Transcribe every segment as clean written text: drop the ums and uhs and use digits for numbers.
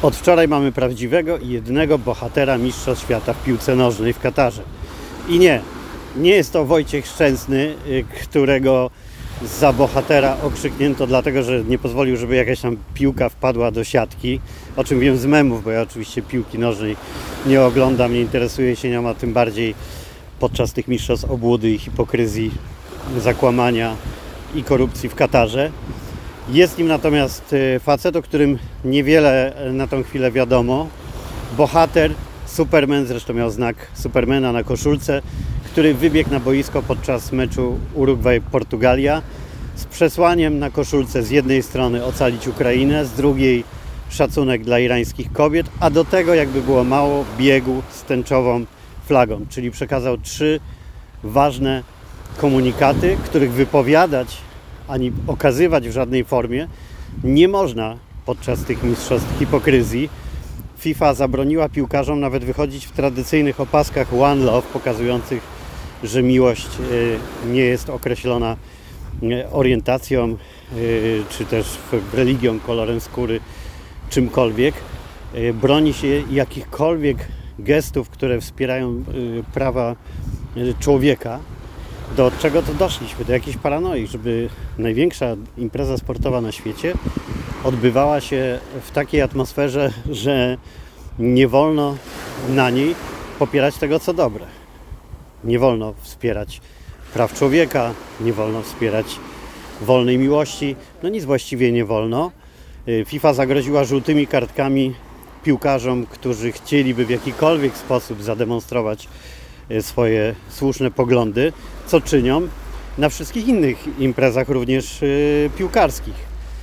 Od wczoraj mamy prawdziwego i jedynego bohatera Mistrzostw Świata w piłce nożnej w Katarze. I nie jest to Wojciech Szczęsny, którego za bohatera okrzyknięto dlatego, że nie pozwolił, żeby jakaś tam piłka wpadła do siatki, o czym wiem z memów, bo ja oczywiście piłki nożnej nie oglądam, nie interesuję się nią, a tym bardziej podczas tych mistrzostw obłudy i hipokryzji, zakłamania i korupcji w Katarze. Jest nim natomiast facet, o którym niewiele na tą chwilę wiadomo. Bohater, Superman, zresztą miał znak Supermana na koszulce, który wybiegł na boisko podczas meczu Urugwaj-Portugalia z przesłaniem na koszulce z jednej strony ocalić Ukrainę, z drugiej szacunek dla irańskich kobiet, a do tego, jakby było mało, biegł z tęczową flagą, czyli przekazał 3 ważne komunikaty, których wypowiadać ani okazywać w żadnej formie nie można podczas tych mistrzostw hipokryzji. FIFA zabroniła piłkarzom nawet wychodzić w tradycyjnych opaskach One Love, pokazujących, że miłość nie jest określona orientacją, czy też religią, kolorem skóry, czymkolwiek. Broni się jakichkolwiek gestów, które wspierają prawa człowieka. Do czego to doszliśmy? Do jakiejś paranoi, żeby największa impreza sportowa na świecie odbywała się w takiej atmosferze, że nie wolno na niej popierać tego, co dobre. Nie wolno wspierać praw człowieka, nie wolno wspierać wolnej miłości. No nic właściwie nie wolno. FIFA zagroziła żółtymi kartkami piłkarzom, którzy chcieliby w jakikolwiek sposób zademonstrować swoje słuszne poglądy, co czynią na wszystkich innych imprezach, również piłkarskich.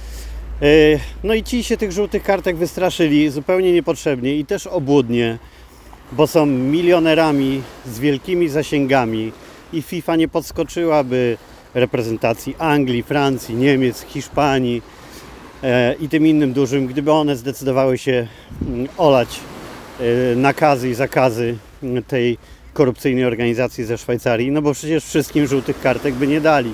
No i ci się tych żółtych kartek wystraszyli zupełnie niepotrzebnie i też obłudnie, bo są milionerami z wielkimi zasięgami i FIFA nie podskoczyłaby reprezentacji Anglii, Francji, Niemiec, Hiszpanii i tym innym dużym, gdyby one zdecydowały się olać nakazy i zakazy tej korupcyjnej organizacji ze Szwajcarii, no bo przecież wszystkim żółtych kartek by nie dali.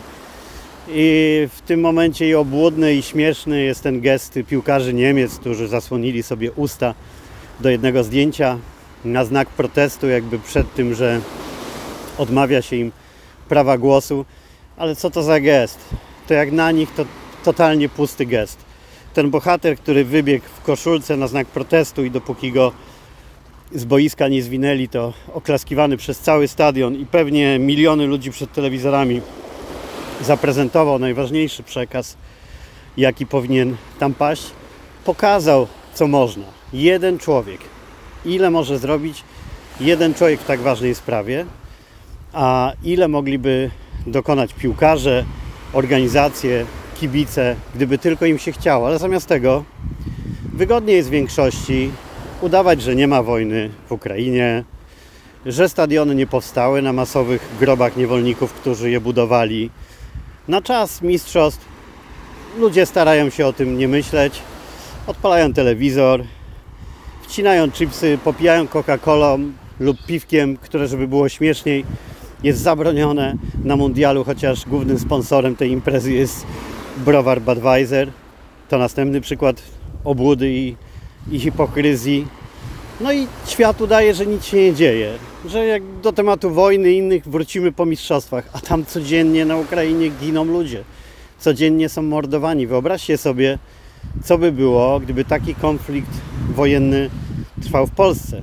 I w tym momencie i obłudny i śmieszny jest ten gest piłkarzy Niemiec, którzy zasłonili sobie usta do jednego zdjęcia na znak protestu, jakby przed tym, że odmawia się im prawa głosu. Ale co to za gest? To jak na nich to totalnie pusty gest. Ten bohater, który wybiegł w koszulce na znak protestu i dopóki go z boiska nie zwinęli, to oklaskiwany przez cały stadion i pewnie miliony ludzi przed telewizorami, zaprezentował najważniejszy przekaz, jaki powinien tam paść. Pokazał, co można. Jeden człowiek. Ile może zrobić jeden człowiek w tak ważnej sprawie, a ile mogliby dokonać piłkarze, organizacje, kibice, gdyby tylko im się chciało. Ale zamiast tego wygodniej jest w większości udawać, że nie ma wojny w Ukrainie, że stadiony nie powstały na masowych grobach niewolników, którzy je budowali. Na czas mistrzostw ludzie starają się o tym nie myśleć, odpalają telewizor, wcinają chipsy, popijają Coca-Colą lub piwkiem, które, żeby było śmieszniej, jest zabronione na mundialu, chociaż głównym sponsorem tej imprezy jest browar Budweiser. To następny przykład obłudy i hipokryzji. No i świat udaje, że nic się nie dzieje, że jak do tematu wojny i innych wrócimy po mistrzostwach, a tam codziennie na Ukrainie giną ludzie, codziennie są mordowani. Wyobraźcie sobie, co by było, gdyby taki konflikt wojenny trwał w Polsce.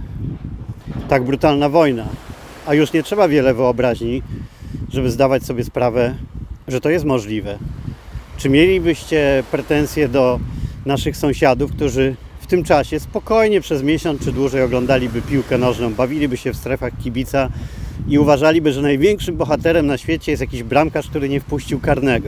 Tak brutalna wojna. A już nie trzeba wiele wyobraźni, żeby zdawać sobie sprawę, że to jest możliwe. Czy mielibyście pretensje do naszych sąsiadów, którzy w tym czasie spokojnie przez miesiąc czy dłużej oglądaliby piłkę nożną, bawiliby się w strefach kibica i uważaliby, że największym bohaterem na świecie jest jakiś bramkarz, który nie wpuścił karnego?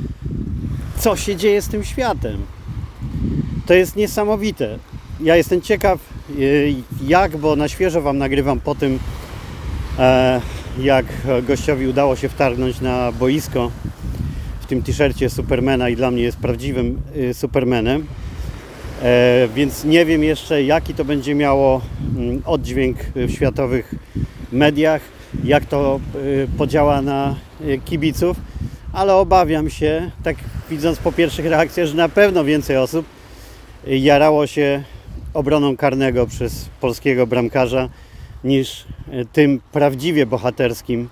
Co się dzieje z tym światem? To jest niesamowite. Ja jestem ciekaw jak, bo na świeżo Wam nagrywam po tym, jak gościowi udało się wtargnąć na boisko w tym t-shircie Supermana i dla mnie jest prawdziwym Supermanem. Więc nie wiem jeszcze, jaki to będzie miało oddźwięk w światowych mediach, jak to podziała na kibiców, ale obawiam się, tak widząc po pierwszych reakcjach, że na pewno więcej osób jarało się obroną karnego przez polskiego bramkarza niż tym prawdziwie bohaterskim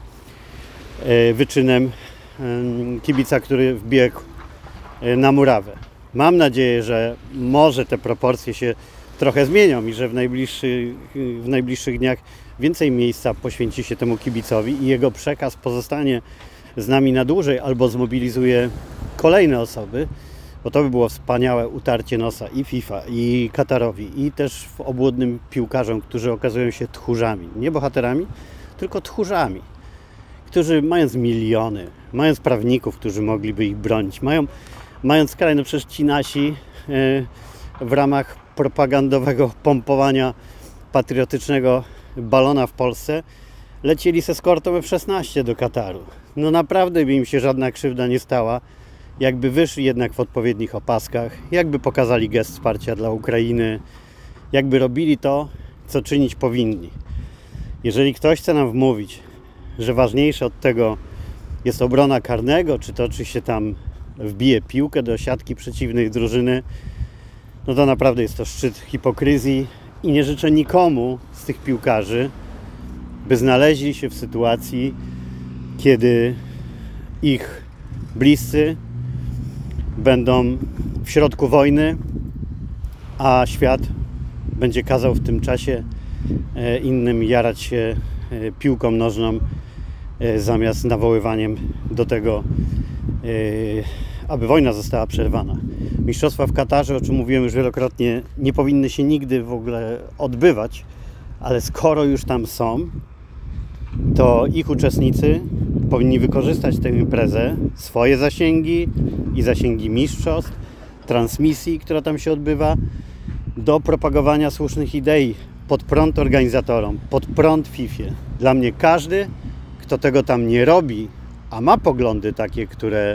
wyczynem kibica, który wbiegł na murawę. Mam nadzieję, że może te proporcje się trochę zmienią i że w najbliższych dniach więcej miejsca poświęci się temu kibicowi i jego przekaz pozostanie z nami na dłużej albo zmobilizuje kolejne osoby, bo to by było wspaniałe utarcie nosa i FIFA, i Katarowi, i też obłudnym piłkarzom, którzy okazują się tchórzami. Nie bohaterami, tylko tchórzami, którzy mając miliony, mając prawników, którzy mogliby ich bronić, mając kraj, no przecież ci nasi w ramach propagandowego pompowania patriotycznego balona w Polsce lecieli z eskortą F-16 do Kataru. No naprawdę by im się żadna krzywda nie stała, jakby wyszli jednak w odpowiednich opaskach, jakby pokazali gest wsparcia dla Ukrainy, jakby robili to, co czynić powinni. Jeżeli ktoś chce nam wmówić, że ważniejsze od tego jest obrona karnego, czy to, czy się tam wbije piłkę do siatki przeciwnej drużyny, no to naprawdę jest to szczyt hipokryzji i nie życzę nikomu z tych piłkarzy, by znaleźli się w sytuacji, kiedy ich bliscy będą w środku wojny, a świat będzie kazał w tym czasie innym jarać się piłką nożną zamiast nawoływaniem do tego, aby wojna została przerwana. Mistrzostwa w Katarze, o czym mówiłem już wielokrotnie, nie powinny się nigdy w ogóle odbywać, ale skoro już tam są, to ich uczestnicy powinni wykorzystać tę imprezę, swoje zasięgi i zasięgi mistrzostw, transmisji, która tam się odbywa, do propagowania słusznych idei pod prąd organizatorom, pod prąd FIFA. Dla mnie każdy, kto tego tam nie robi, a ma poglądy takie, które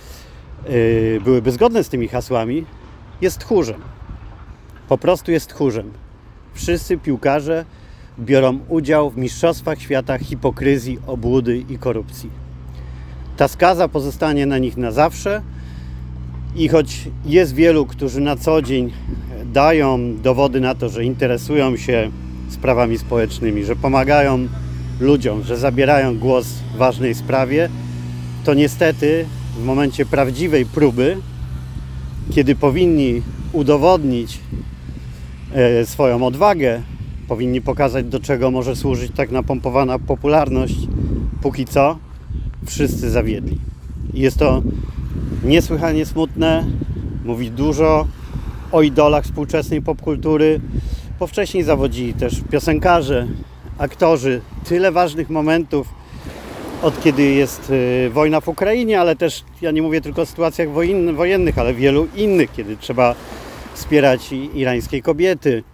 byłyby zgodne z tymi hasłami, jest tchórzem. Po prostu jest tchórzem. Wszyscy piłkarze biorą udział w mistrzostwach świata hipokryzji, obłudy i korupcji. Ta skaza pozostanie na nich na zawsze i choć jest wielu, którzy na co dzień dają dowody na to, że interesują się sprawami społecznymi, że pomagają ludziom, że zabierają głos w ważnej sprawie, to niestety w momencie prawdziwej próby, kiedy powinni udowodnić swoją odwagę, powinni pokazać, do czego może służyć tak napompowana popularność, póki co wszyscy zawiedli. I jest to niesłychanie smutne, mówi dużo o idolach współczesnej popkultury, bo wcześniej zawodzili też piosenkarze, aktorzy, tyle ważnych momentów, od kiedy jest wojna w Ukrainie, ale też, ja nie mówię tylko o sytuacjach wojennych, ale wielu innych, kiedy trzeba wspierać irańskie kobiety,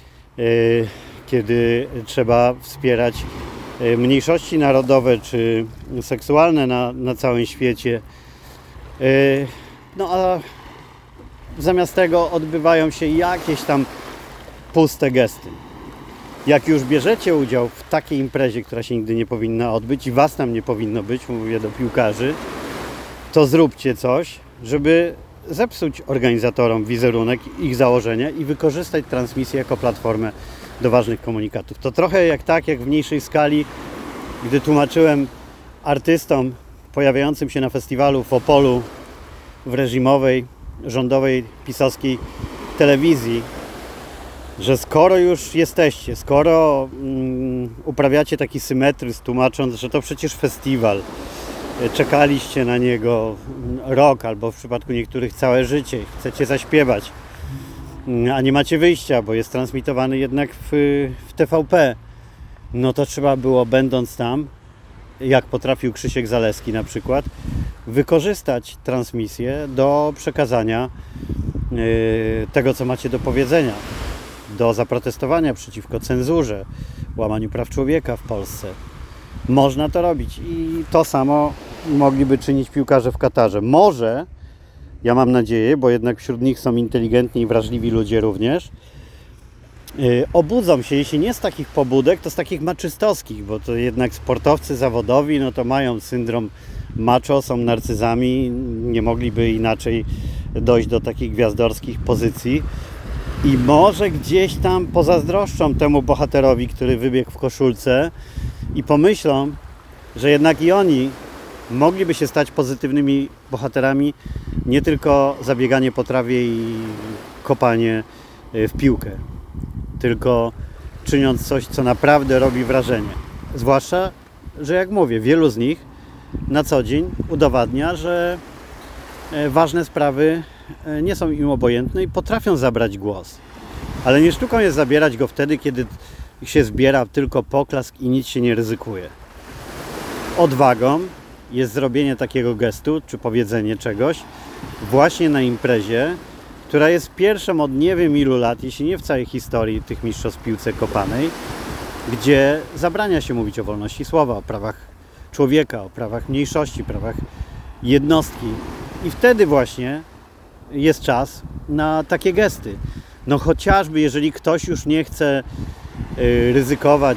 kiedy trzeba wspierać mniejszości narodowe czy seksualne na całym świecie. No a zamiast tego odbywają się jakieś tam puste gesty. Jak już bierzecie udział w takiej imprezie, która się nigdy nie powinna odbyć i was tam nie powinno być, mówię do piłkarzy, to zróbcie coś, żeby zepsuć organizatorom wizerunek, ich założenia i wykorzystać transmisję jako platformę do ważnych komunikatów. To trochę jak w mniejszej skali, gdy tłumaczyłem artystom pojawiającym się na festiwalu w Opolu w reżimowej, rządowej, pisowskiej telewizji, że skoro już jesteście, skoro uprawiacie taki symetryzm, tłumacząc, że to przecież festiwal, czekaliście na niego rok albo w przypadku niektórych całe życie, chcecie zaśpiewać, a nie macie wyjścia, bo jest transmitowany jednak w TVP, no to trzeba było, będąc tam, jak potrafił Krzysiek Zaleski na przykład, wykorzystać transmisję do przekazania tego, co macie do powiedzenia, do zaprotestowania przeciwko cenzurze, łamaniu praw człowieka w Polsce. Można to robić i to samo mogliby czynić piłkarze w Katarze. Może, ja mam nadzieję, bo jednak wśród nich są inteligentni i wrażliwi ludzie również, obudzą się, jeśli nie z takich pobudek, to z takich maczystowskich, bo to jednak sportowcy zawodowi, no to mają syndrom macho, są narcyzami, nie mogliby inaczej dojść do takich gwiazdorskich pozycji. I może gdzieś tam pozazdroszczą temu bohaterowi, który wybiegł w koszulce i pomyślą, że jednak i oni mogliby się stać pozytywnymi bohaterami, nie tylko zabieganie po trawie i kopanie w piłkę, tylko czyniąc coś, co naprawdę robi wrażenie. Zwłaszcza, że jak mówię, wielu z nich na co dzień udowadnia, że ważne sprawy nie są im obojętne i potrafią zabrać głos. Ale nie sztuką jest zabierać go wtedy, kiedy się zbiera tylko poklask i nic się nie ryzykuje. Odwagą jest zrobienie takiego gestu, czy powiedzenie czegoś właśnie na imprezie, która jest pierwszą od nie wiem ilu lat, jeśli nie w całej historii tych mistrzostw w piłce kopanej, gdzie zabrania się mówić o wolności słowa, o prawach człowieka, o prawach mniejszości, prawach jednostki. I wtedy właśnie jest czas na takie gesty. No chociażby jeżeli ktoś już nie chce ryzykować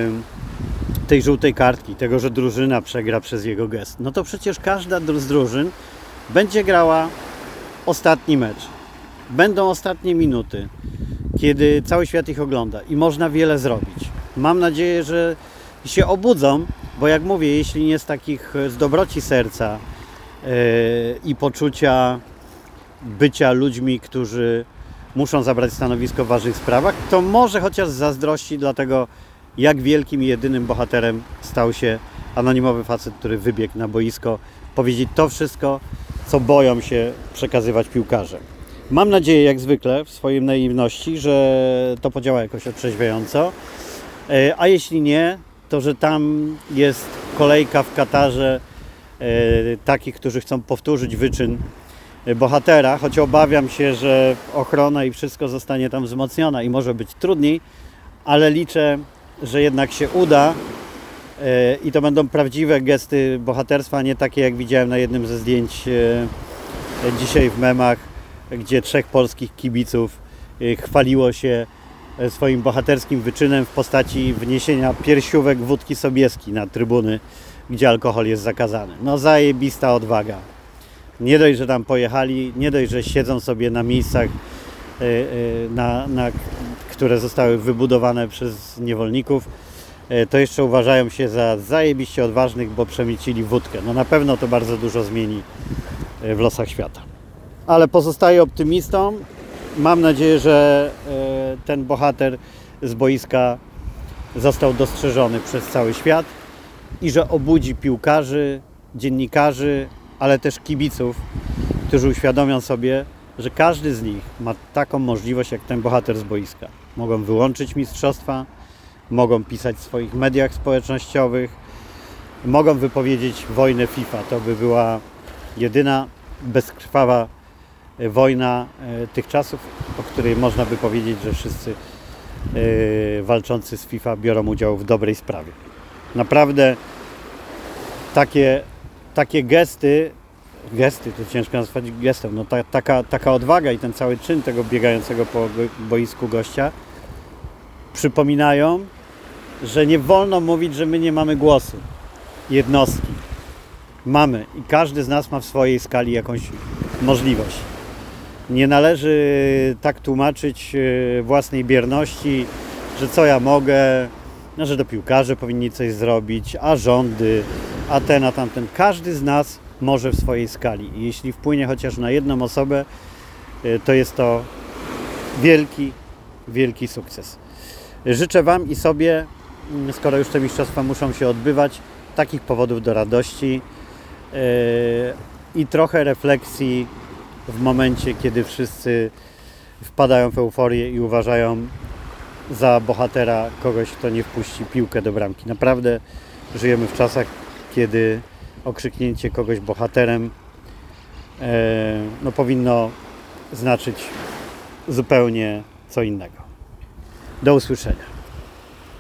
tej żółtej kartki, tego, że drużyna przegra przez jego gest, no to przecież każda z drużyn będzie grała ostatni mecz. Będą ostatnie minuty, kiedy cały świat ich ogląda i można wiele zrobić. Mam nadzieję, że się obudzą, bo jak mówię, jeśli nie z dobroci serca i poczucia bycia ludźmi, którzy muszą zabrać stanowisko w ważnych sprawach, to może chociaż z zazdrości dlatego, jak wielkim i jedynym bohaterem stał się anonimowy facet, który wybiegł na boisko, powiedzieć to wszystko, co boją się przekazywać piłkarze. Mam nadzieję, jak zwykle, w swojej naiwności, że to podziała jakoś otrzeźwiająco, a jeśli nie, to że tam jest kolejka w Katarze takich, którzy chcą powtórzyć wyczyn bohatera, choć obawiam się, że ochrona i wszystko zostanie tam wzmocniona i może być trudniej, ale liczę, że jednak się uda i to będą prawdziwe gesty bohaterstwa, a nie takie jak widziałem na jednym ze zdjęć dzisiaj w memach, gdzie 3 polskich kibiców chwaliło się swoim bohaterskim wyczynem w postaci wniesienia piersiówek wódki Sobieski na trybuny, gdzie alkohol jest zakazany. No zajebista odwaga. Nie dość, że tam pojechali, nie dość, że siedzą sobie na miejscach, które zostały wybudowane przez niewolników, to jeszcze uważają się za zajebiście odważnych, bo przemycili wódkę. No na pewno to bardzo dużo zmieni w losach świata. Ale pozostaję optymistą. Mam nadzieję, że ten bohater z boiska został dostrzeżony przez cały świat i że obudzi piłkarzy, dziennikarzy, ale też kibiców, którzy uświadomią sobie, że każdy z nich ma taką możliwość jak ten bohater z boiska. Mogą wyłączyć mistrzostwa, mogą pisać w swoich mediach społecznościowych, mogą wypowiedzieć wojnę FIFA. To by była jedyna bezkrwawa wojna tych czasów, o której można by powiedzieć, że wszyscy walczący z FIFA biorą udział w dobrej sprawie. Naprawdę takie gesty to ciężko nazwać gestem, no taka odwaga i ten cały czyn tego biegającego po boisku gościa przypominają, że nie wolno mówić, że my nie mamy głosu, jednostki. Mamy i każdy z nas ma w swojej skali jakąś możliwość. Nie należy tak tłumaczyć własnej bierności, że co ja mogę, no, że to piłkarze powinni coś zrobić, a rządy, a ten, a tamten. Każdy z nas może w swojej skali. I jeśli wpłynie chociaż na jedną osobę, to jest to wielki, wielki sukces. Życzę Wam i sobie, skoro już te mistrzostwa muszą się odbywać, takich powodów do radości i trochę refleksji w momencie, kiedy wszyscy wpadają w euforię i uważają za bohatera kogoś, kto nie wpuści piłkę do bramki. Naprawdę żyjemy w czasach, kiedy okrzyknięcie kogoś bohaterem powinno znaczyć zupełnie co innego. Do usłyszenia.